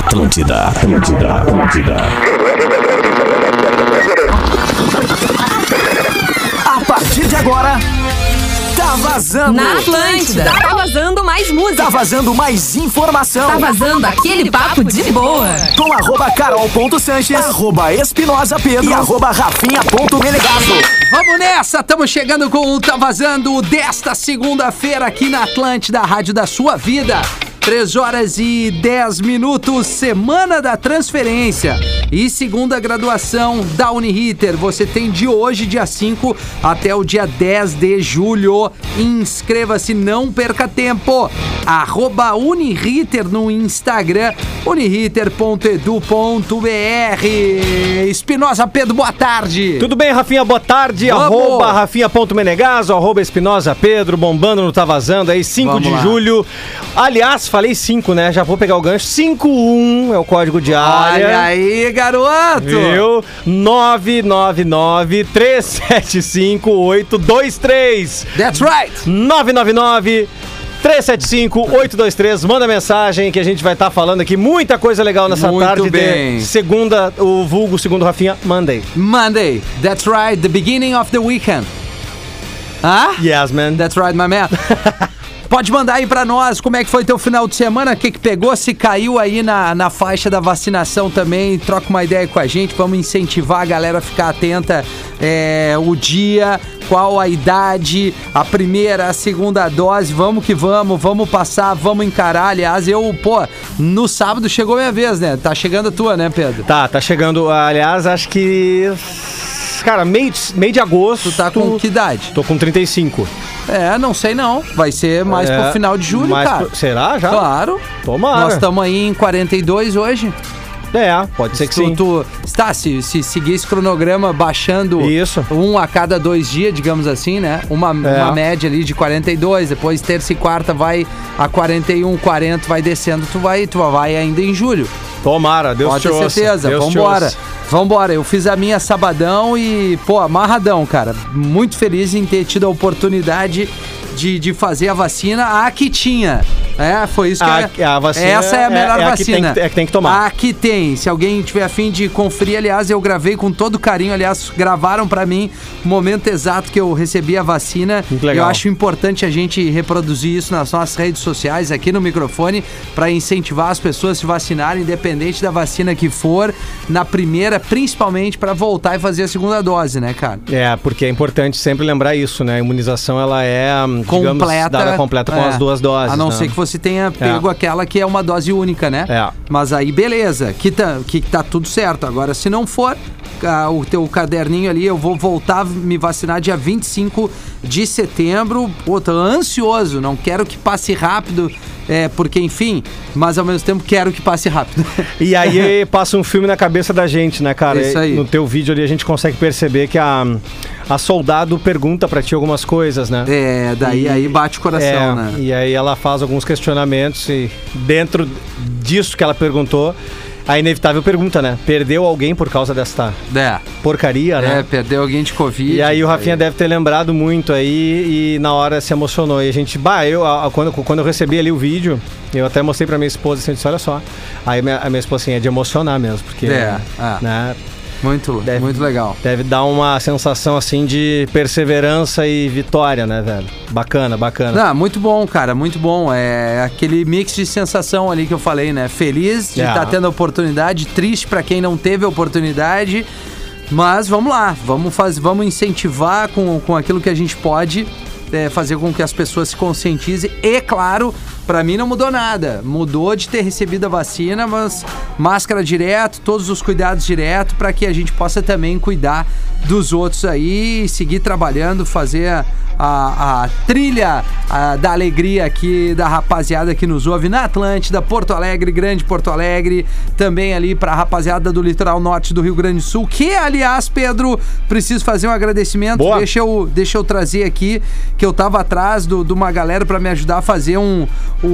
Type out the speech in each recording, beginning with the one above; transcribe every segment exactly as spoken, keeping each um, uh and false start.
Atlântida, Atlântida, Atlântida. A partir de agora, tá vazando. Na Atlântida. Tá vazando mais música. Tá vazando mais informação. Tá vazando aquele papo de boa. Com arroba carol.sanches, arroba espinosa pedro e arroba rafinha.menegasso. Vamos nessa, estamos chegando com o Tá Vazando desta segunda-feira aqui na Atlântida, a rádio da sua vida. três horas e dez minutos, semana da transferência e segunda graduação da Uniriter. Você tem de hoje, dia cinco, até o dia dez de julho. Inscreva-se, não perca tempo. Arroba Uniriter no Instagram, uniriter ponto edu ponto br. Espinosa Pedro, boa tarde. Tudo bem, Rafinha? Boa tarde. Vamos. Arroba Rafinha.menegasso, arroba Espinosa Pedro, bombando no Tá Vazando aí, cinco Vamos de lá. julho. Aliás, falei cinco, né? Já vou pegar o gancho. cinco um é o código de área. Olha aí, garoto. Viu? nove nove nove, três sete cinco, oito dois três. That's right. nove nove nove, três sete cinco, oito dois três. Manda mensagem que a gente vai estar falando aqui. Muita coisa legal nessa Muito tarde bem. de segunda, o vulgo segundo Rafinha, Monday. Monday, that's right, the beginning of the weekend. Ah? Yes, man. That's right, my man. Pode mandar aí pra nós como é que foi teu final de semana, o que que pegou, se caiu aí na, na faixa da vacinação também, troca uma ideia com a gente, vamos incentivar a galera a ficar atenta, é, o dia, qual a idade, a primeira, a segunda dose, vamos que vamos, vamos passar, vamos encarar. Aliás, eu, pô, no sábado chegou a minha vez, né? Tá chegando a tua, né, Pedro? Tá, tá chegando, aliás, acho que... Cara, meio, meio de agosto... Tu tá com que idade? Tô com trinta e cinco. É, não sei não. Vai ser mais É, pro final de julho, mais cara. pro- Será já? Claro. Tomara. Nós estamos aí em quarenta e dois hoje. É, pode ser que tu, sim. Tu, tá, se, se seguir esse cronograma baixando Isso. um a cada dois dias, digamos assim, né? Uma, É. uma média ali de quarenta e dois, depois terça e quarta vai a quarenta e um, quarenta, vai descendo, tu vai, tu vai ainda em julho. Tomara, Deus Pode te ter ouça. certeza, Deus te vambora. ouça. Vambora, eu fiz a minha sabadão e, pô, amarradão, cara. Muito feliz em ter tido a oportunidade de, de fazer a vacina. A que tinha. É, foi isso que A- a vacina essa é a é- melhor é a que tem vacina. que- é que tem que tomar. A que tem. Se alguém tiver a fim de conferir, aliás, eu gravei com todo carinho. Aliás, gravaram pra mim o momento exato que eu recebi a vacina. Muito legal. Eu acho importante a gente reproduzir isso nas nossas redes sociais, aqui no microfone, pra incentivar as pessoas a se vacinarem, independente da vacina que for, na primeira, principalmente pra voltar e fazer a segunda dose, né, cara? É, porque é importante sempre lembrar isso, né? A imunização, ela é, hum, digamos, Completa. dada completa com é. as duas doses. A não né? ser que você tenha pego É. aquela que é uma dose única, né? É. Mas aí, beleza, que tá, que tá tudo certo. Agora, se não for, ah, o teu caderninho ali, eu vou voltar a me vacinar dia vinte e cinco de setembro. Pô, tô ansioso, não quero que passe rápido, é, porque, enfim, mas ao mesmo tempo quero que passe rápido. E aí passa um filme na cabeça da gente, né, cara? Isso aí. No teu vídeo ali a gente consegue perceber que a, a soldado pergunta pra ti algumas coisas, né? É, daí E- aí bate o coração, É, né? E aí ela faz alguns questionamentos e dentro disso que ela perguntou, a inevitável pergunta, né? Perdeu alguém por causa desta É, porcaria, né? é, perdeu alguém de Covid. E aí o Rafinha deve ter lembrado muito aí e na hora se emocionou. E a gente, bah, eu, a- a- quando, quando eu recebi ali o vídeo, eu até mostrei pra minha esposa assim, eu disse, olha só. Aí minha, a minha esposa assim, é de emocionar mesmo, porque, É, é. né, Muito, Deve- muito legal. deve dar uma sensação assim de perseverança e vitória, né, velho? Bacana, bacana. Não, muito bom, cara, muito bom. É aquele mix de sensação ali que eu falei, né? Feliz de É. estar tendo a oportunidade, triste pra quem não teve a oportunidade. Mas vamos lá, vamos, faz, vamos incentivar com, com aquilo que a gente pode, é, fazer com que as pessoas se conscientizem. E, claro, pra mim não mudou nada. Mudou de ter recebido a vacina, mas máscara direto, todos os cuidados direto, pra que a gente possa também cuidar dos outros aí, seguir trabalhando, fazer a, a, a trilha a, da alegria aqui da rapaziada que nos ouve na Atlântida, Porto Alegre, Grande Porto Alegre, também ali pra rapaziada do litoral norte do Rio Grande do Sul, que, aliás, Pedro, preciso fazer um agradecimento. Boa. Deixa eu, deixa eu trazer aqui, que eu tava atrás do, de uma galera pra me ajudar a fazer um,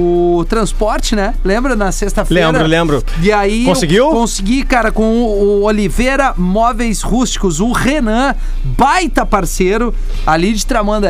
o transporte, né? Lembra na sexta-feira? Lembro, lembro. E aí Conseguiu? eu consegui, cara, com o, o Oliveira Móveis Rústicos, o Renan, baita parceiro ali de Tramandaí.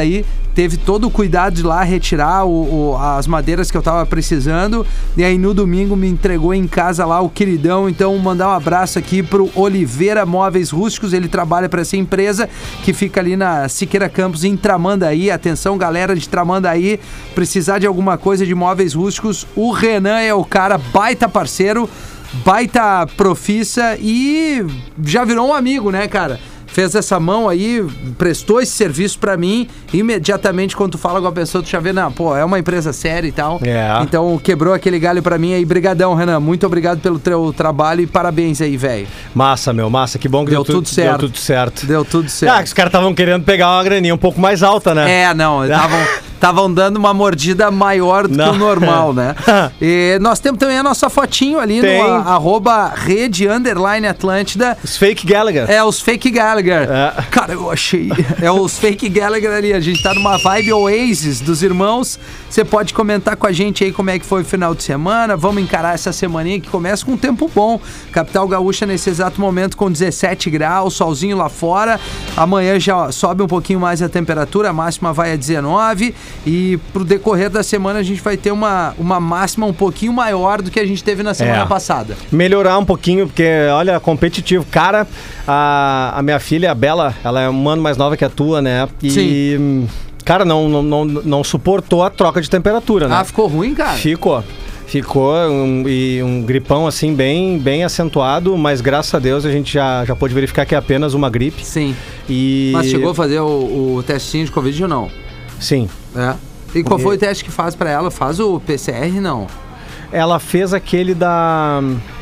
aí teve todo o cuidado de lá retirar o, o, as madeiras que eu tava precisando. E aí no domingo me entregou em casa lá o queridão. Então mandar um abraço aqui pro Oliveira Móveis Rústicos. Ele trabalha para essa empresa que fica ali na Siqueira Campos, em Tramandaí. Atenção, galera de Tramandaí, precisar de alguma coisa de móveis rústicos, o Renan é o cara, baita parceiro, baita profissa e já virou um amigo, né, cara? Fez essa mão aí, prestou esse serviço pra mim, imediatamente quando tu fala com a pessoa, tu já vê, não, pô, é uma empresa séria e tal. É. Então quebrou aquele galho pra mim aí. Brigadão, Renan, muito obrigado pelo teu trabalho e parabéns aí, velho. Massa, meu, massa, que bom que Deu deu, tudo tu, certo. deu tudo certo. Deu tudo certo. Ah, que os caras estavam querendo pegar uma graninha um pouco mais alta, né? É, não, estavam estavam dando uma mordida maior do Não. que o normal, né? E nós temos também a nossa fotinho ali Tem. no a, arroba rede underline Atlântida. Os fake Gallagher. É, os fake Gallagher. É. Cara, eu achei. É os fake Gallagher ali. A gente tá numa vibe Oasis dos irmãos. Você pode comentar com a gente aí como é que foi o final de semana. Vamos encarar essa semaninha que começa com um tempo bom. Capital Gaúcha nesse exato momento com dezessete graus, solzinho lá fora. Amanhã já sobe um pouquinho mais a temperatura, a máxima vai a dezenove. E pro decorrer da semana a gente vai ter uma, uma máxima um pouquinho maior do que a gente teve na semana É. passada. Melhorar um pouquinho, porque, olha, competitivo. Cara, a, a minha filha, a Bela, ela é um ano mais nova que a tua, né? E, Sim. cara, não, não, não, não suportou a troca de temperatura, né? Ah, ficou ruim, cara? Ficou. Ficou um, e um gripão, assim, bem, bem acentuado, mas graças a Deus a gente já, já pôde verificar que é apenas uma gripe. Sim. E... Mas chegou a fazer o, o testinho de Covid ou não? Sim. É. E qual foi o teste que faz pra ela? Faz o P C R, não? Ela fez aquele da...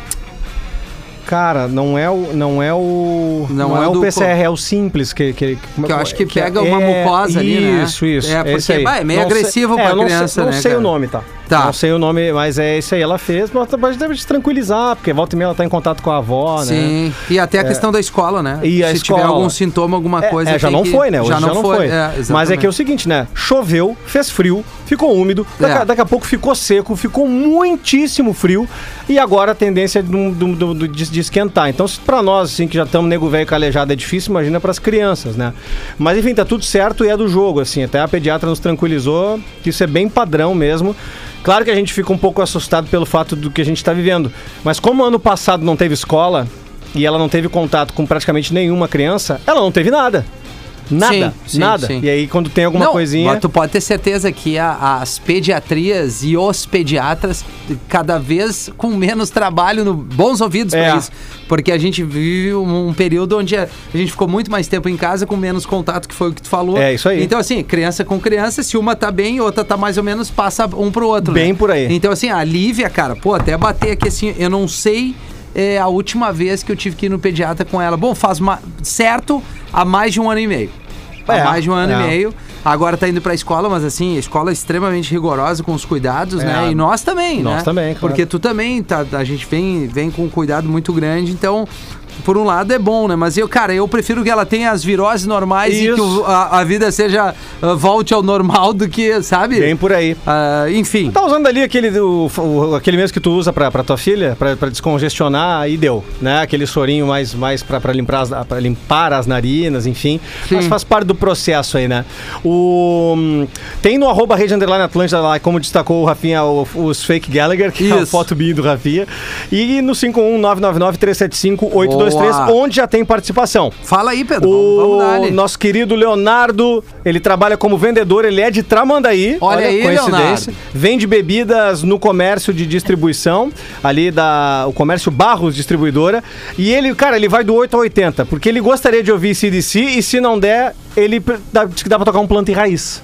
Cara, não é o não é o Não não, é é, do o P C R, é o simples que que, Que eu acho que que pega é- uma mucosa ali, né? Isso, isso. É, porque esse aí. bah, é meio Não sei- agressivo é, pra eu não criança, sei, né, Não sei cara? o nome, tá? Tá. Não sei o nome, mas é esse aí ela fez, mas pode deve te tranquilizar, porque volta e meia ela tá em contato com a avó, né? Sim. E até a questão da escola, né? E a Se escola. tiver algum sintoma, alguma É, coisa... é, já tem não que- foi, né? Hoje já não, foi. É, Mas é que é o exatamente. seguinte, né? Choveu, fez frio, ficou úmido, daqui, É. a- daqui a pouco ficou seco, ficou muitíssimo frio e agora a tendência é do, do- do- do- de, de esquentar. Então, se pra nós, assim, que já estamos nego velho calejado, é difícil, imagina pras crianças, né? Mas enfim, tá tudo certo e é do jogo, assim. Até a pediatra nos tranquilizou que isso é bem padrão mesmo. Claro que a gente fica um pouco assustado pelo fato do que a gente está vivendo. Mas como ano passado não teve escola e ela não teve contato com praticamente nenhuma criança, ela não teve nada. Nada, Sim, sim, nada. sim. E aí quando tem alguma Não, coisinha... mas tu pode ter certeza que a- as pediatrias e os pediatras cada vez com menos trabalho, no bons ouvidos É. pra isso. Porque a gente vive um, um período onde a, a gente ficou muito mais tempo em casa com menos contato, que foi o que tu falou. É, isso aí. Então assim, criança com criança, se uma tá bem, outra tá mais ou menos, passa um pro outro. Bem né? por aí. Então assim, a Lívia, cara, pô, até bater aqui assim, eu não sei... É a última vez que eu tive que ir no pediatra com ela. Bom, faz ma- certo há mais de um ano e meio. Há É, mais de um ano é. e meio. Agora tá indo pra escola, mas assim, a escola é extremamente rigorosa com os cuidados, É. né? E nós também, né? Nós também, claro. Porque tu também, tá, a gente vem, vem com um cuidado muito grande, então... Por um lado é bom, né? Mas eu, cara, eu prefiro que ela tenha as viroses normais e Isso. que o- a, a vida seja... uh, volte ao normal do que, sabe? Bem por aí. Ah, enfim. Tá usando ali aquele, o, o- aquele mesmo que tu usa pra, pra tua filha, pra, pra descongestionar, aí deu, né? Aquele sorinho mais, mais pra, pra, limpar as, pra limpar as narinas, enfim. Sim. Mas faz parte do processo aí, né? O, hum, tem no arroba Rede Underline Atlântida lá, como destacou o Rafinha, o- os fake Gallagher, que é a Isso. foto B do Rafinha. E no cinco um nove nove nove, três sete cinco, oito dois três, Boa. onde já tem participação. Fala aí, Pedro. Vamos, vamos dar O ali. nosso querido Leonardo, ele trabalha como vendedor, ele é de Tramandaí. Olha aí, Leonardo. Vende bebidas no comércio de distribuição, ali da o comércio Barros Distribuidora. E ele, cara, ele vai do oito a oitenta, porque ele gostaria de ouvir C D C e se não der, ele dá, diz que dá pra tocar um planta e raiz.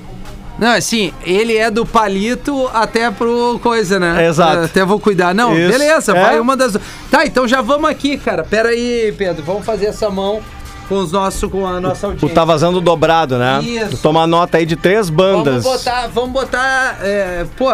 Não, assim, ele é do palito até pro coisa, né? Exato. Até vou cuidar. Não, Isso. beleza, É. vai uma das... Tá, então já vamos aqui, cara. Pera aí, Pedro, vamos fazer essa mão com os nossos, com a nossa O audiência. Tá Vazando Dobrado, né? Isso. Tomar nota aí de três bandas. Vamos botar, vamos botar, é, pô,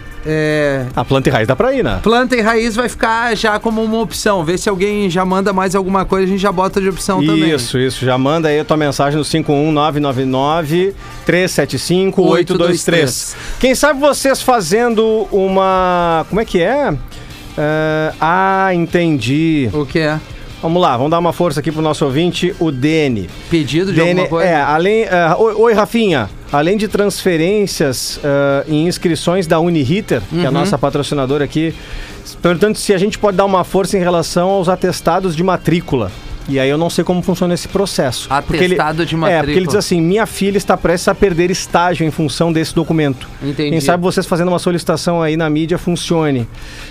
é... A planta e raiz dá pra ir, né? Planta e raiz vai ficar já como uma opção. Vê se alguém já manda mais alguma coisa, a gente já bota de opção também. Isso, isso. Já manda aí a tua mensagem no cinco um nove nove nove, três sete cinco, oito dois três. Quem sabe vocês fazendo uma... Como é que é? É, ah, entendi. O que é? Vamos lá, vamos dar uma força aqui pro nosso ouvinte, o Dene. Pedido de Dene, alguma coisa? É, além... Uh, oi, oi, Rafinha. Além de transferências uh, e inscrições da Uniriter, que é a Uhum. nossa patrocinadora aqui, perguntando se a gente pode dar uma força em relação aos atestados de matrícula. E aí eu não sei como funciona esse processo. Atestado ele, de matrícula. É, porque ele diz assim, minha filha está prestes a perder estágio em função desse documento. Entendi. Quem sabe vocês fazendo uma solicitação aí na mídia funcione.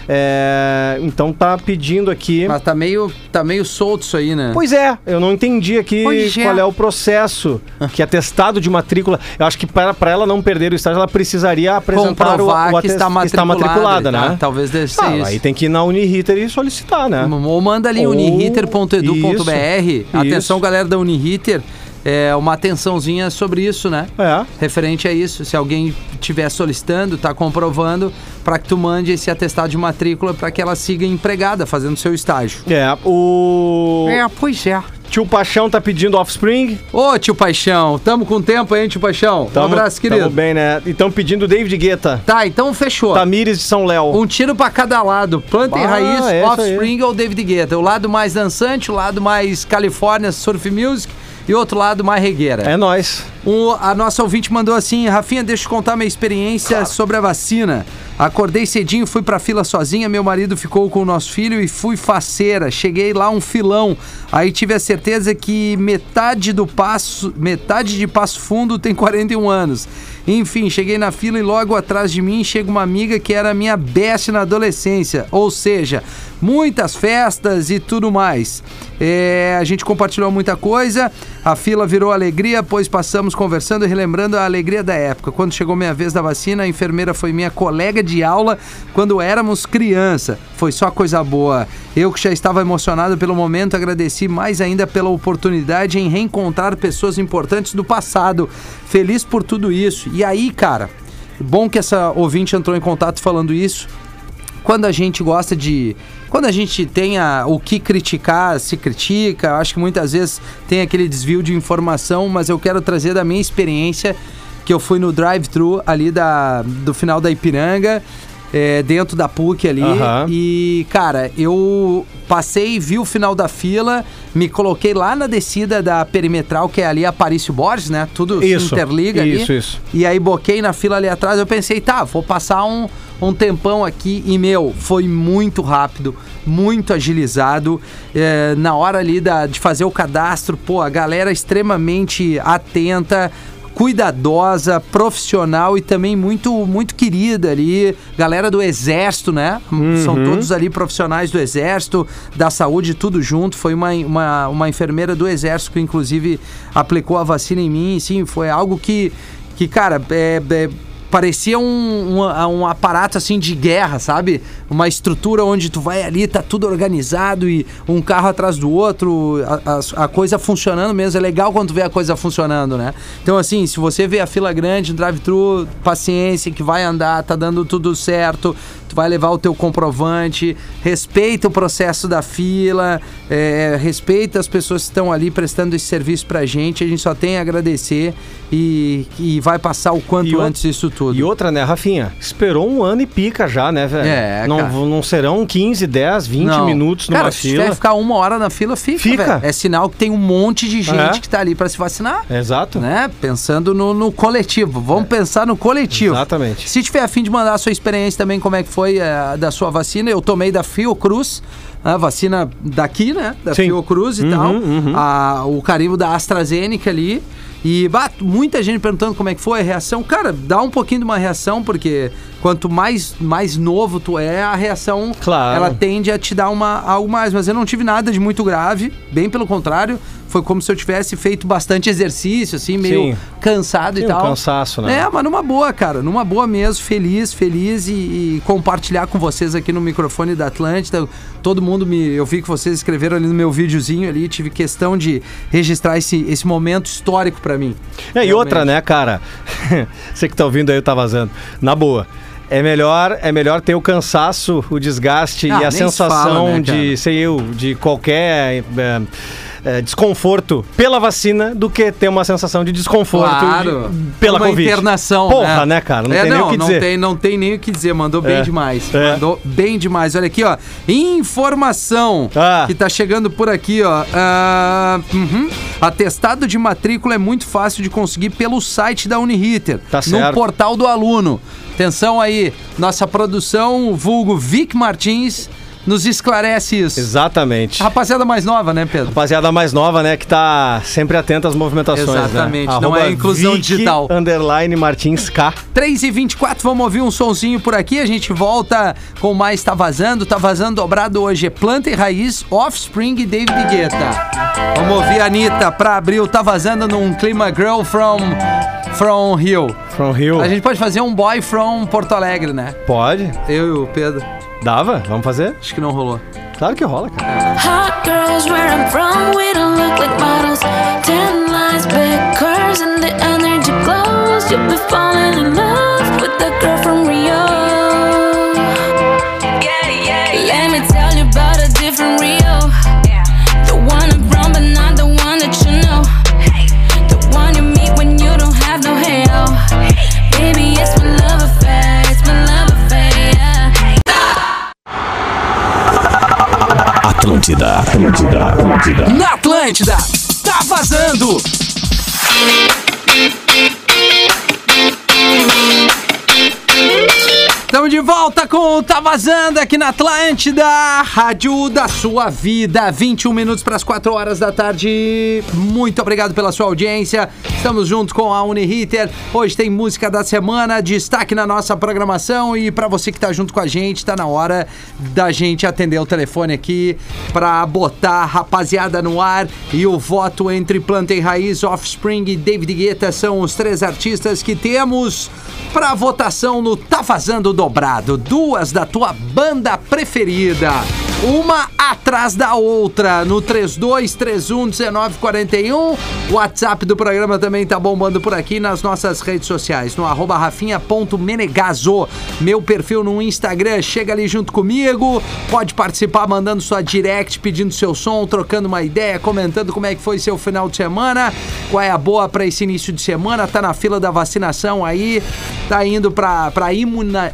É, então tá pedindo aqui... Mas tá meio, tá meio solto isso aí, né? Pois é, eu não entendi aqui Pois é. qual é o processo, que atestado de matrícula... Eu acho que para para ela não perder o estágio, ela precisaria apresentar o, Comprovar o que atest- está matriculada, matriculada, tá? né? Talvez deve ser Ah, isso. aí tem que ir na Uniriter e solicitar, né? Ou manda ali Ou- uniriter ponto edu ponto br. Isso, Atenção, isso. galera da Uniriter. É uma atençãozinha sobre isso, né? É. Referente a isso. Se alguém estiver solicitando, tá comprovando, para que tu mande esse atestado de matrícula para que ela siga empregada, fazendo seu estágio. É, o... É, pois é. Tio Paixão tá pedindo Offspring. Ô, tio Paixão, tamo com tempo, hein, tio Paixão? Um abraço, querido. Tamo bem, né? E estão pedindo David Guetta. Tá, então fechou. Tamires de São Léo. Um tiro pra cada lado. Planta e Bah, raiz, é isso Offspring ou David Guetta. O lado mais dançante, o lado mais Califórnia, surf music e outro lado mais regueira. É nóis. Um, a nossa ouvinte mandou assim: Rafinha, deixa eu contar minha experiência sobre a vacina. Acordei cedinho, fui pra fila sozinha, meu marido ficou com o nosso filho e fui faceira. Cheguei lá um filão. Aí tive a certeza que metade do passo, metade de Passo Fundo tem quarenta e um anos. Enfim, cheguei na fila e logo atrás de mim chega uma amiga que era minha best na adolescência. Ou seja, muitas festas e tudo mais. É, a gente compartilhou muita coisa, a fila virou alegria, pois passamos conversando e relembrando a alegria da época. Quando chegou minha vez da vacina, a enfermeira foi minha colega de aula quando éramos criança. Foi só coisa boa. Eu que já estava emocionado pelo momento, agradeci mais ainda pela oportunidade em reencontrar pessoas importantes do passado. Feliz por tudo isso. E aí, cara, bom que essa ouvinte entrou em contato falando isso. Quando a gente gosta de... Quando a gente tem a, o que criticar, se critica. Eu acho que muitas vezes tem aquele desvio de informação, mas eu quero trazer da minha experiência, que eu fui no drive-thru ali da, do final da Ipiranga, é, dentro da P U C ali. Aham. E, cara, eu passei, vi o final da fila, me coloquei lá na descida da perimetral, que é ali a Aparício Borges, né? Tudo se Isso, interliga ali. isso, isso. E aí boquei na fila ali atrás, eu pensei, tá, vou passar um, um tempão aqui e, meu, foi muito rápido, muito agilizado. É, na hora ali da, de fazer o cadastro, pô, a galera extremamente atenta, cuidadosa, profissional e também muito, muito querida ali. Galera do Exército, né? Uhum. São todos ali profissionais do Exército, da saúde, tudo junto. Foi uma, uma, uma enfermeira do Exército que, inclusive, aplicou a vacina em mim. Sim, foi algo que, que cara, é... é parecia um, um, um aparato assim de guerra, sabe? Uma estrutura onde tu vai ali, tá tudo organizado e um carro atrás do outro, a, a, a coisa funcionando mesmo. É legal quando tu vê a coisa funcionando, né? Então assim, se você vê a fila grande, um drive-thru, paciência, que vai andar, tá dando tudo certo, tu vai levar o teu comprovante, respeita o processo da fila, é, respeita as pessoas que estão ali prestando esse serviço pra gente. A gente só tem a agradecer e, e vai passar o quanto E o- antes isso tudo. E outra, né, Rafinha? Esperou um ano e pica já, né, velho? É, não, cara. não serão quinze, dez, vinte Não. minutos numa Cara, se fila. tiver ficar uma hora na fila, fica, Fica. velho. É sinal que tem um monte de gente É. que tá ali pra se vacinar. Exato. Né? Pensando no, no coletivo. Vamos pensar no coletivo. Exatamente. Se tiver a fim de mandar a sua experiência também, como é que foi eh, da sua vacina, eu tomei da Fiocruz, a vacina daqui, né? Da Sim. Fiocruz e Uhum, tal. uhum. A, o carimbo da AstraZeneca ali. E bah, muita gente perguntando como é que foi a reação. Cara, dá um pouquinho de uma reação, porque quanto mais, mais novo tu é, a reação Claro. ela tende a te dar uma, algo mais. Mas eu não tive nada de muito grave, bem pelo contrário. Foi como se eu tivesse feito bastante exercício, assim, meio Sim. cansado Sim, e um tal. cansaço, né? É, mas numa boa, cara. Numa boa mesmo, feliz, feliz e, e compartilhar com vocês aqui no microfone da Atlântida. Todo mundo me... Eu vi que vocês escreveram ali no meu videozinho ali, tive questão de registrar esse, esse momento histórico pra mim. É, e Realmente. outra, né, cara? Você que tá ouvindo aí, tá vazando. Na boa. É melhor, é melhor ter o cansaço, o desgaste Ah, e nem a se sensação fala, né, de, cara? sei eu, de qualquer... é, é, desconforto pela vacina do que ter uma sensação de desconforto Claro. de, pela Uma Covid. internação, Porra, né? né, cara? Não é, tem não, nem o que não dizer. Tem, não tem nem o que dizer. Mandou bem É. demais. É. Mandou bem demais. Olha aqui, ó. Informação Ah. que tá chegando por aqui, ó. Ah, uhum. Atestado de matrícula é muito fácil de conseguir pelo site da Uniriter. Tá no certo. portal do aluno. Atenção aí. Nossa produção, vulgo Vic Martins, nos esclarece isso. Exatamente. A rapaziada mais nova, né, Pedro? Rapaziada mais nova, né, que tá sempre atenta às movimentações, Exatamente, né? não é Arroba inclusão Vic digital. Underline Martins K. três e vinte e quatro, vamos ouvir um sonzinho por aqui. A gente volta com mais Tá Vazando. Tá Vazando dobrado hoje é Planta e Raiz, Offspring e David Guetta. Vamos ouvir a Anitta pra abrir o Tá Vazando num clima Girl from, from Rio. From Rio. A gente pode fazer um Boy from Porto Alegre, né? Pode? Eu e o Pedro. Dava? Vamos fazer? Acho que não rolou. Claro que rola, cara. Hot girls where I'm from, we don't look like models. Ten lines, big cars, and the energy glows. You'll be falling in love with the girl from Rio. Yeah, yeah, yeah. Let me tell you about a different Rio. The one I'm from, but not the one that you know. The one you meet when you don't have no halo. Baby, it's my love affair, it's my love affair, yeah. Atlântida, Atlântida, Atlântida. Na Atlântida, Tá Vazando! Estamos de volta com o Tá Vazando aqui na Atlântida, rádio da sua vida. vinte e um minutos para as quatro horas da tarde. Muito obrigado pela sua audiência. Estamos junto com a Uniriter. Hoje tem música da semana, destaque na nossa programação. E para você que tá junto com a gente, tá na hora da gente atender o telefone aqui para botar a rapaziada no ar. E o voto entre Planta e Raiz, Offspring e David Guetta são os três artistas que temos para votação no Tá Vazando Dobrado. Duas da tua banda preferida, uma atrás da outra, no três dois três um um nove quatro um. O WhatsApp do programa também tá bombando por aqui nas nossas redes sociais, no arroba rafinha.menegaso, meu perfil no Instagram. Chega ali junto comigo, pode participar mandando sua direct, pedindo seu som, trocando uma ideia, comentando como é que foi seu final de semana, qual é a boa para esse início de semana. Tá na fila da vacinação aí, tá indo pra, pra imuna,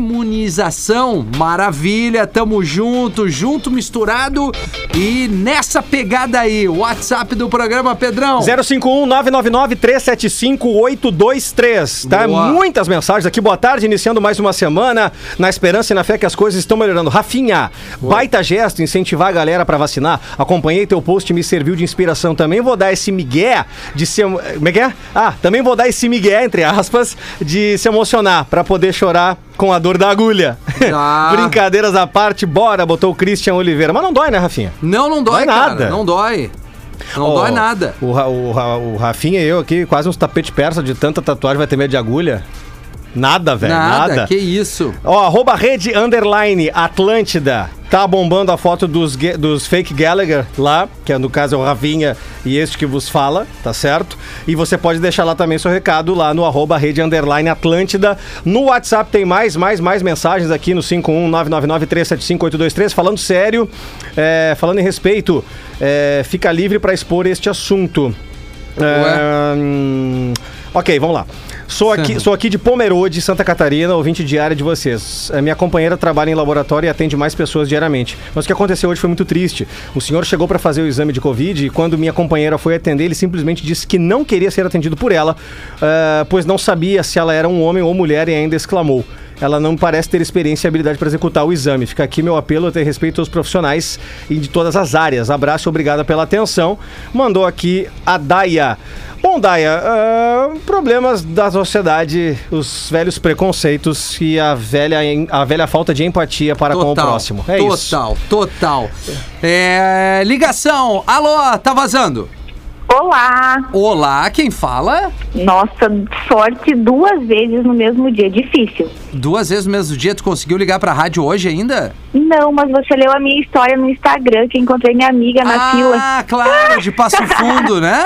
imunização, maravilha, tamo junto, junto, misturado e nessa pegada aí. O WhatsApp do programa, Pedrão. zero cinco um nove nove nove três sete cinco oito dois três, tá? Boa. Muitas mensagens aqui, boa tarde, iniciando mais uma semana, na esperança e na fé que as coisas estão melhorando. Rafinha, baita gesto, incentivar a galera pra vacinar. Acompanhei teu post e me serviu de inspiração. Também vou dar esse migué de se... Como é que é? Ah, também vou dar esse migué, entre aspas, de se emocionar, pra poder chorar com a dor da agulha. Ah. Brincadeiras à parte, bora, botou o Christian Oliveira. Mas não dói, né, Rafinha? Não, não dói, Dói cara. nada. Não dói. Não Ó, dói nada. O, Ra- o, Ra- o Rafinha e eu aqui, quase uns tapete persa de tanta tatuagem, vai ter medo de agulha? Nada, velho, Nada, nada. que isso. Ó, arroba rede underline Atlântida. Tá bombando a foto dos, Ga- dos fake Gallagher lá, que é, no caso é o Rafinha e este que vos fala, tá certo? E você pode deixar lá também seu recado lá no arroba rede underline Atlântida. No WhatsApp tem mais, mais, mais mensagens aqui no cinco um nove nove nove três sete cinco oito dois três. Falando sério, é, falando em respeito, é, fica livre pra expor este assunto. É, hum, ok, vamos lá. Sou aqui, sou aqui de Pomerode, Santa Catarina, ouvinte diária de vocês. A minha companheira trabalha em laboratório e atende mais pessoas diariamente. Mas o que aconteceu hoje foi muito triste. O senhor chegou para fazer o exame de Covid e quando minha companheira foi atender, ele simplesmente disse que não queria ser atendido por ela, uh, pois não sabia se ela era um homem ou mulher e ainda exclamou: ela não parece ter experiência e habilidade para executar o exame. Fica aqui meu apelo a ter respeito aos profissionais e de todas as áreas. Abraço e obrigada pela atenção. Mandou aqui a Daia. Bom, Daia, uh, problemas da sociedade, os velhos preconceitos e a velha, a velha falta de empatia para Total, com o próximo. É total, isso. Total, total. É, ligação. Alô, tá vazando? Olá! Olá, quem fala? Nossa, sorte duas vezes no mesmo dia, difícil. Duas vezes no mesmo dia, tu conseguiu ligar pra rádio hoje ainda? Não, mas você leu a minha história no Instagram, que encontrei minha amiga na ah, fila. Ah, claro, de Passo Fundo, né?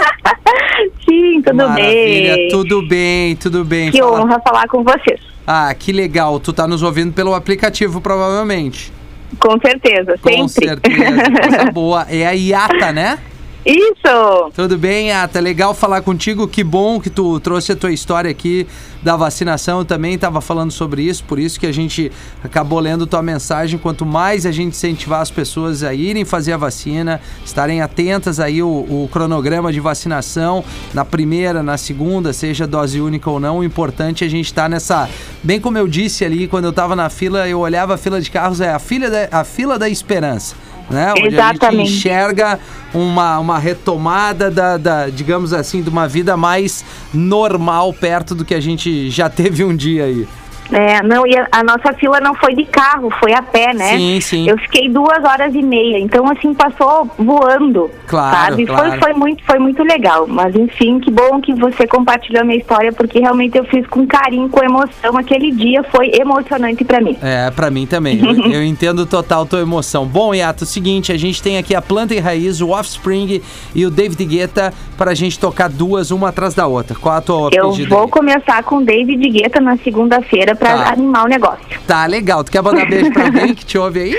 Sim, tudo Maravilha, bem. tudo bem, tudo bem. Que Fala. honra falar com vocês. Ah, que legal, tu tá nos ouvindo pelo aplicativo, provavelmente. Com certeza, Com sempre. certeza, coisa boa. É a Iata, né? Isso! Tudo bem, Ata? Legal falar contigo. Que bom que tu trouxe a tua história aqui da vacinação. Eu também estava falando sobre isso, por isso que a gente acabou lendo tua mensagem. Quanto mais a gente incentivar as pessoas a irem fazer a vacina, estarem atentas aí o, o cronograma de vacinação, na primeira, na segunda, seja dose única ou não, o importante é a gente estar nessa... Bem como eu disse ali, quando eu estava na fila, eu olhava a fila de carros, é a fila da, a fila da esperança. Né? Onde Exatamente. a gente enxerga uma, uma retomada da, da, digamos assim, de uma vida mais normal perto do que a gente já teve um dia aí. É, não, e a, a nossa fila não foi de carro, foi a pé, né? Sim, sim. Eu fiquei duas horas e meia, então assim, passou voando, Claro, sabe? claro. Foi, foi, muito, foi muito legal, mas enfim, que bom que você compartilhou a minha história, porque realmente eu fiz com carinho, com emoção, aquele dia foi emocionante pra mim. É, pra mim também. Eu, eu entendo total tua emoção. Bom, Yato, é o seguinte, a gente tem aqui a Planta e Raiz, o Offspring e o David Guetta pra gente tocar duas, uma atrás da outra. Qual a tua Eu pedida vou aí? começar com David Guetta na segunda-feira pra Tá. animar o negócio. Tá, legal. Tu quer mandar beijo pra alguém que te ouve aí?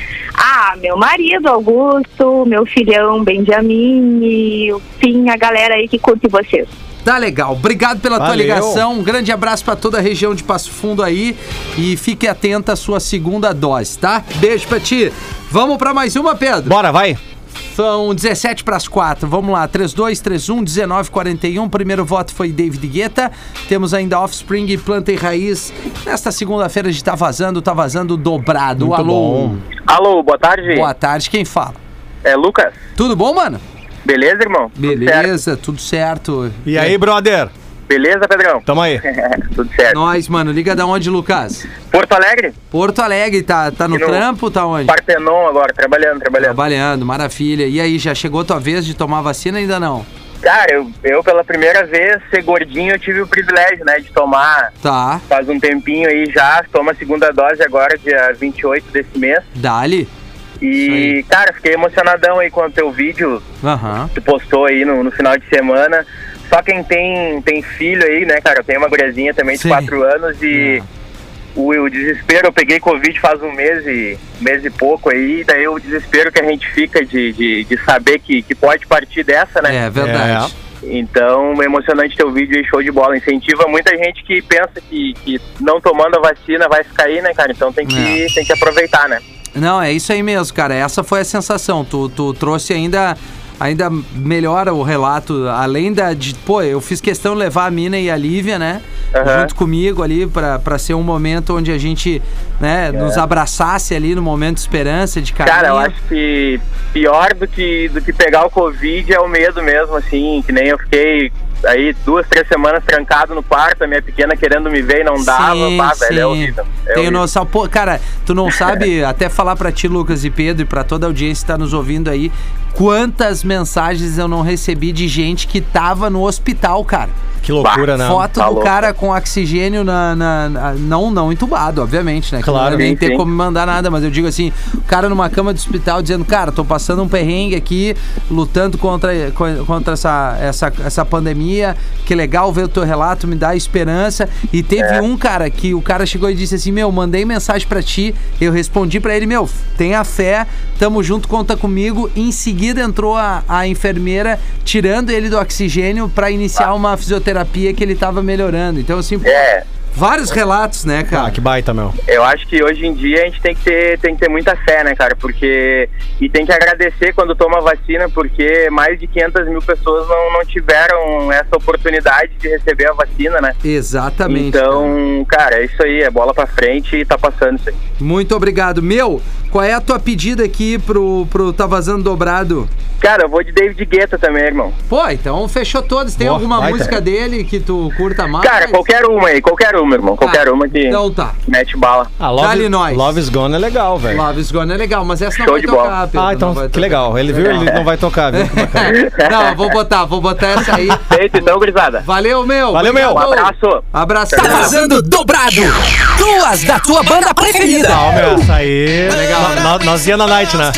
Ah, meu marido, Augusto, meu filhão, Benjamin, e enfim, a galera aí que curte vocês. Tá legal. Obrigado pela tua Valeu. ligação. Um grande abraço pra toda a região de Passo Fundo aí. E fique atenta à sua segunda dose, tá? Beijo pra ti. Vamos pra mais uma, Pedro? Bora, vai. São dezessete para as quatro. Vamos lá. três dois três um, um nove quatro um. Primeiro voto foi David Guetta. Temos ainda Offspring e Planta e Raiz. Nesta segunda-feira a gente tá vazando, tá vazando dobrado. Muito Alô. bom. Alô, boa tarde. Boa tarde. Quem fala? É Lucas. Tudo bom, mano? Beleza, irmão? Tudo certo? Beleza, tudo certo. E aí, brother? Beleza, Pedrão? Tamo aí. Tudo certo. Nós, mano. Liga da onde, Lucas? Porto Alegre? Porto Alegre. Tá, tá no Aqui no trampo? Tá onde? Partenon agora, trabalhando, trabalhando. Trabalhando. Maravilha. E aí, já chegou a tua vez de tomar vacina? Ainda não? Cara, eu, eu pela primeira vez, ser gordinho, eu tive o privilégio, né, de tomar Tá. faz um tempinho aí já. Toma a segunda dose agora, dia vinte e oito desse mês. Dali. Isso aí. E, cara, fiquei emocionadão aí com o teu vídeo Aham. que tu postou aí no, no final de semana. Só quem tem, tem filho aí, né, cara? Eu tenho uma guriazinha também de Sim. quatro anos e o, o desespero, eu peguei Covid faz um mês e, um mês e pouco aí, daí o desespero que a gente fica de, de, de saber que, que pode partir dessa, né? É verdade. Então, é emocionante teu vídeo aí, show de bola. Incentiva muita gente que pensa que, que não tomando a vacina vai ficar aí, né, cara? Então tem que, tem que aproveitar, né? Não, é isso aí mesmo, cara. Essa foi a sensação. Tu, tu trouxe ainda, ainda melhora o relato. Além da de, pô, eu fiz questão de levar a Mina e a Lívia, né? Uhum. Junto comigo ali, pra, pra ser um momento onde a gente, né, nos abraçasse ali no momento de esperança, de carinho. Cara, eu acho que pior do que, do que pegar o Covid é o medo mesmo, assim, que nem eu fiquei aí duas, três semanas trancado no quarto, a minha pequena querendo me ver e não dava, Sim, pá, velho, é sim. horrível. É Tenho horrível. noção. Pô, cara, tu não sabe, até falar pra ti, Lucas e Pedro, e pra toda a audiência que tá nos ouvindo aí, quantas mensagens eu não recebi de gente que tava no hospital, cara. Que loucura, né? Foto Tá do louco. cara com oxigênio na, na- na- não, não entubado, obviamente, né? Que Claro. não ia nem Sim, ter sim. como mandar nada, mas eu digo assim, o cara numa cama de hospital dizendo, cara, tô passando um perrengue aqui, lutando contra, co- contra essa, essa, essa pandemia, que legal ver o teu relato, me dá esperança. E teve É. um cara que o cara chegou e disse assim, meu, mandei mensagem pra ti, eu respondi pra ele, meu, tenha fé, tamo junto, conta comigo. Em seguida entrou a, a enfermeira tirando ele do oxigênio pra iniciar uma fisioterapia que ele tava melhorando. Então, assim, pô, É, vários relatos, né, cara? Ah, que baita, meu. eu acho que hoje em dia a gente tem que ter, tem que ter muita fé, né, cara? Porque. E tem que agradecer quando toma a vacina, porque mais de quinhentas mil pessoas não, não tiveram essa oportunidade de receber a vacina, né? Exatamente. cara. Então, cara, é isso aí, é bola pra frente e tá passando isso aí. Muito obrigado. Meu, qual é a tua pedida aqui pro, pro Tá Vazando Dobrado? Cara, eu vou de David Guetta também, irmão. Pô, então fechou todos. Tem Boa, alguma baita. música dele que tu curta mais? Cara, qualquer uma aí, qualquer uma, irmão. Qualquer Ah, uma que Então tá. mete bala. Ah, Love, Dá-lhe nós. Love is Gone é legal, velho. Love is Gone é legal, mas essa não Show vai de tocar, bola. Pedro. Ah, não então vai que tocar. legal. Ele viu, ele não vai tocar, viu? Que bacana. Não, vou botar, vou botar essa aí. Feito então, gurizada. Valeu, meu. Valeu, meu. Um abraço. Abraço. Tá vazando dobrado. Duas da tua banda preferida. Não, meu, essa aí. Legal. No- no- nós ia na night, né?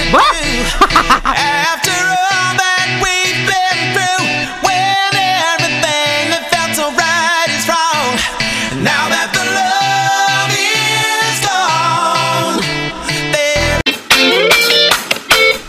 After all that we've been through, when everything that felt so right is wrong, now that the love is gone, there Estamos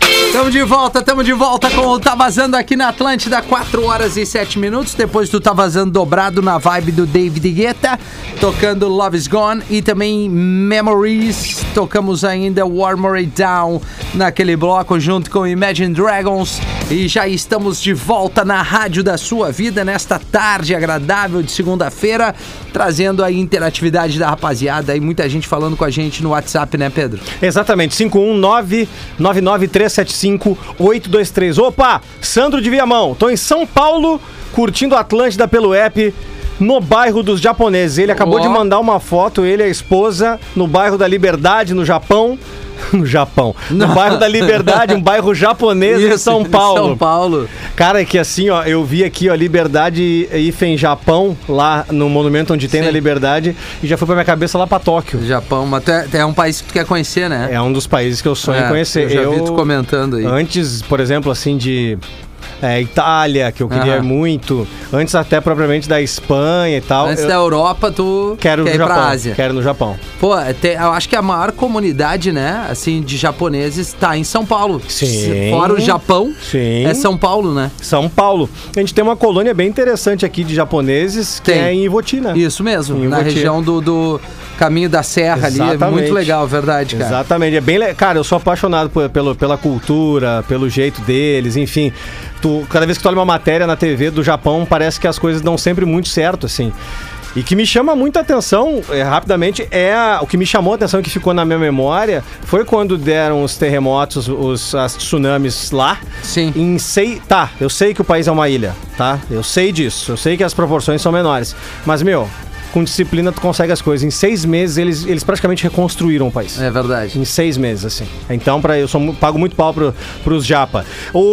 tamo de volta, tamo de volta com o Tá Vazando aqui na Atlântida, quatro horas e sete minutos, depois do Tá Vazando dobrado na vibe do David Guetta, tocando Love Is Gone e também Memories, tocamos ainda Warm It Down naquele bloco junto com Imagine Dragons e já estamos de volta na rádio da sua vida nesta tarde agradável de segunda-feira, trazendo a interatividade da rapaziada e muita gente falando com a gente no WhatsApp, né, Pedro? Exatamente, cinco um nove nove nove três sete cinco oito dois três. Opa, Sandro de Viamão, tô em São Paulo curtindo Atlântida pelo app no bairro dos japoneses. Ele acabou oh. de mandar uma foto, ele e a esposa, no bairro da Liberdade, no Japão. No Japão. No Não. bairro da Liberdade, um bairro japonês Isso, em São Paulo. São Paulo. Cara, é que assim, ó, eu vi aqui, ó, Liberdade hífen Japão, lá no monumento onde tem Sim. na Liberdade, e já foi pra minha cabeça lá pra Tóquio. Japão, mas tu é, é um país que tu quer conhecer, né? É um dos países que eu sonho é, em conhecer. Eu já eu, vi tu comentando aí. Antes, por exemplo, assim, de... É, Itália, que eu queria Aham. muito. Antes até propriamente da Espanha e tal. Antes eu da Europa, tu quero quer no ir Japão, pra Ásia. Quero no Japão. Pô, tem, eu acho que a maior comunidade, né, assim, de japoneses tá em São Paulo. Sim. Fora o Japão, Sim. é São Paulo, né? São Paulo. A gente tem uma colônia bem interessante aqui de japoneses, que Tem. é em Ivoti, né? Isso mesmo, Em na Ivoti. região do, do Caminho da Serra ali. É Exatamente. muito legal, verdade, cara. Exatamente. É bem le... Cara, eu sou apaixonado por, pelo, pela cultura, pelo jeito deles, enfim. Tu, cada vez que tu olha uma matéria na T V do Japão, parece que as coisas dão sempre muito certo, assim. E que me chama muita atenção, é, rapidamente, é a, o que me chamou a atenção e que ficou na minha memória foi quando deram os terremotos, os as tsunamis lá. Sim. Em sei, tá, eu sei que o país é uma ilha, tá? Eu sei disso, eu sei que as proporções são menores. Mas, meu, com disciplina tu consegue as coisas. Em seis meses eles, eles praticamente reconstruíram o país. É verdade. Em seis meses, assim. Então, pra, eu sou, pago muito pau pro, pros japa.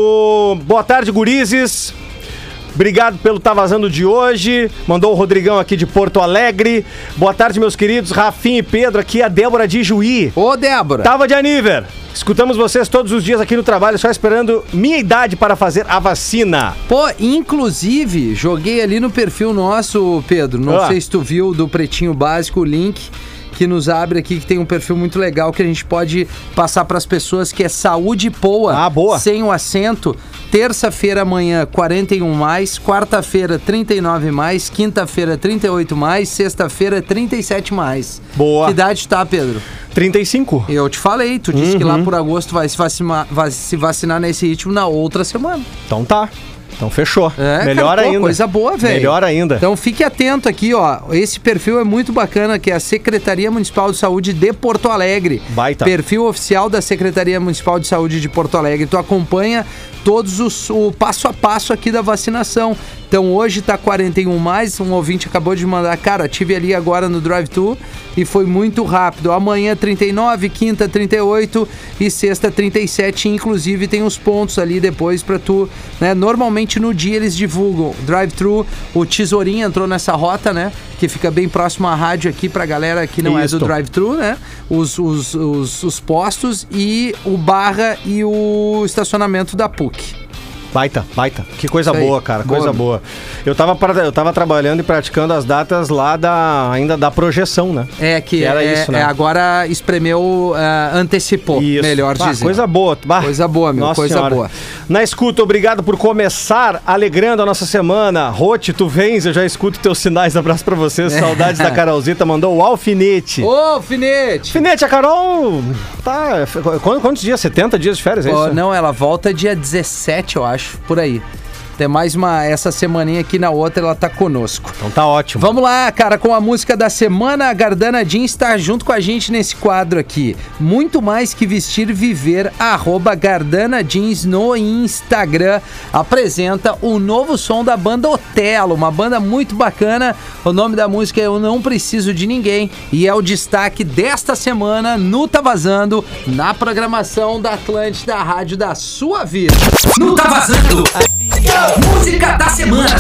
O, boa tarde, gurizes. Obrigado pelo Tá Vazando de hoje. Mandou o Rodrigão aqui de Porto Alegre. Boa tarde, meus queridos Rafinha e Pedro. Aqui é a Débora de Juí. Ô, Débora. Tava de aniver. Escutamos vocês todos os dias aqui no trabalho, só esperando minha idade para fazer a vacina. Pô, inclusive, joguei ali no perfil nosso, Pedro. Não Ah. sei se tu viu do Pretinho Básico o link que nos abre aqui, que tem um perfil muito legal que a gente pode passar para as pessoas, que é Saúde Poa. Ah, boa. Sem o acento. Terça-feira amanhã, quarenta e um mais, quarta-feira, trinta e nove mais, quinta-feira, trinta e oito mais, sexta-feira, trinta e sete mais. Boa. Que idade tá, Pedro? trinta e cinco. Eu te falei, tu disse Uhum. que lá por agosto vai se vacinar, vai se vacinar nesse ritmo na outra semana. Então tá. Então fechou. É, Melhor cara, pô, ainda. coisa boa, velho. Melhor ainda. Então fique atento aqui, ó. Esse perfil é muito bacana, que é a Secretaria Municipal de Saúde de Porto Alegre. Baita. Perfil oficial da Secretaria Municipal de Saúde de Porto Alegre. Tu acompanha todos os o passo a passo aqui da vacinação. Então hoje tá quarenta e um mais, um ouvinte acabou de mandar, cara, tive ali agora no drive-thru e foi muito rápido. Amanhã trinta e nove, quinta trinta e oito e sexta trinta e sete, inclusive tem os pontos ali depois pra tu, né? Normalmente no dia eles divulgam drive-thru, o Tesourinho entrou nessa rota, né? Que fica bem próximo à rádio aqui pra galera que não Isso. é do drive-thru, né? Os, os, os, os postos e o Barra e o estacionamento da P U C. Baita, baita. Que coisa Isso aí. boa, cara. Boa, Coisa meu. boa. Eu tava, pra- eu tava trabalhando e praticando as datas lá da, ainda da projeção, né? É que, Que era é, isso, né? é, agora espremeu, ah, antecipou, Isso. melhor Bah, dizendo. coisa boa. Bah. Coisa boa, meu, Nossa coisa Senhora. boa. Na escuta, obrigado por começar alegrando a nossa semana. Rote, tu vens, eu já escuto teus sinais. Abraço pra vocês. Saudades da Carolzita. Mandou o alfinete. Ô, alfinete! Alfinete, a Carol tá... Quantos, quantos dias? setenta dias de férias, é Ó, isso? não, ela volta dia dezessete, eu acho, por aí. Tem mais uma, essa semaninha aqui, na outra ela tá conosco. Então tá ótimo. Vamos lá, cara, com a música da semana, a Gardana Jeans tá junto com a gente nesse quadro aqui. Muito mais que vestir, viver, arroba Gardana Jeans no Instagram. Apresenta o novo som da banda Otelo, uma banda muito bacana. O nome da música é Eu Não Preciso de Ninguém e é o destaque desta semana no Tá Vazando, na programação da Atlântida, a rádio da sua vida. No Tá Vazando, música da semana.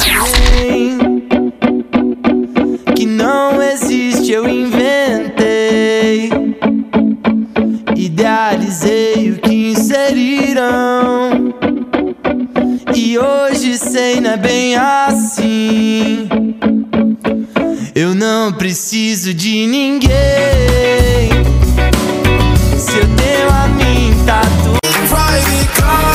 Que não existe, eu inventei. Idealizei o que inseriram. E hoje sei, não é bem assim. Eu não preciso de ninguém. Se eu tenho a mim, tá tudo.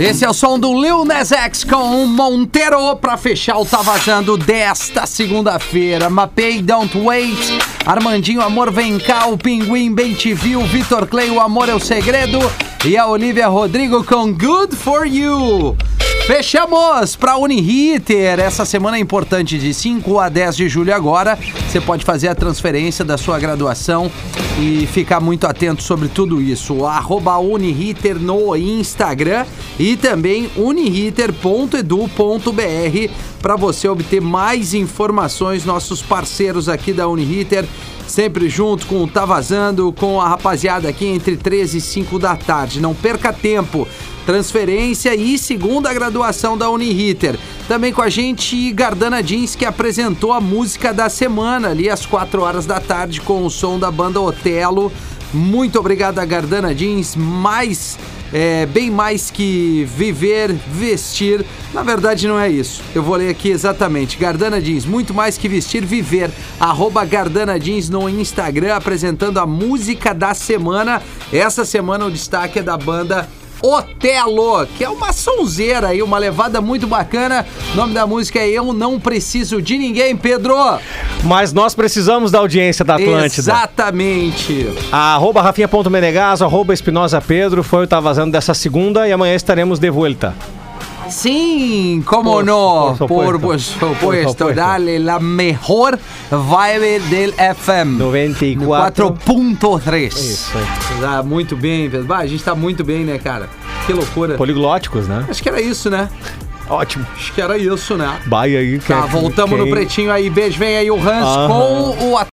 Esse é o som do Lil Nas X com o Monteiro pra fechar o Tá Vazando desta segunda-feira. Mapei, Don't Wait, Armandinho, Amor Vem Cá, o Pinguim Bem Te Viu, Vitor Clay, O Amor é o Segredo e a Olivia Rodrigo com Good For You. Fechamos para Uniriter. Essa semana é importante, de cinco a dez de julho agora. Você pode fazer a transferência da sua graduação e ficar muito atento sobre tudo isso. Arroba Uniriter no Instagram e também uniriter ponto edu ponto br para você obter mais informações. Nossos parceiros aqui da Uniriter, sempre junto com o Tá Vazando, com a rapaziada aqui entre treze e cinco da tarde. Não perca tempo. Transferência e segunda graduação da Uniriter. Também com a gente, Gardana Jeans, que apresentou a música da semana ali às quatro horas da tarde com o som da banda Otelo. Muito obrigado a Gardana Jeans, mais, é, bem mais que viver, vestir. Na verdade não é isso, eu vou ler aqui exatamente. Gardana Jeans, muito mais que vestir, viver. Arroba Gardana Jeans no Instagram, apresentando a música da semana. Essa semana o destaque é da banda Otelo, que é uma sonzeira aí, uma levada muito bacana. O nome da música é Eu Não Preciso de Ninguém, Pedro. Mas nós precisamos da audiência da Atlântida. Exatamente. Arroba Rafinha.menegaso, arroba Espinosa Pedro, foi o Tá Vazando dessa segunda e amanhã estaremos de volta. Sim, como Por- no, por por supuesto. supuesto, Por supuesto. dale la mejor vibe del F M. noventa e No quatro. quatro ponto três. Isso aí. Tá muito bem, Pedro. Bah, a gente tá muito bem, né, cara? Que loucura. Poliglóticos, né? Acho que era isso, né? Ótimo. Acho que era isso, né? Vai aí. Tá, quem- voltamos quem- no Pretinho aí. Beijo, vem aí o Hans Aham. com o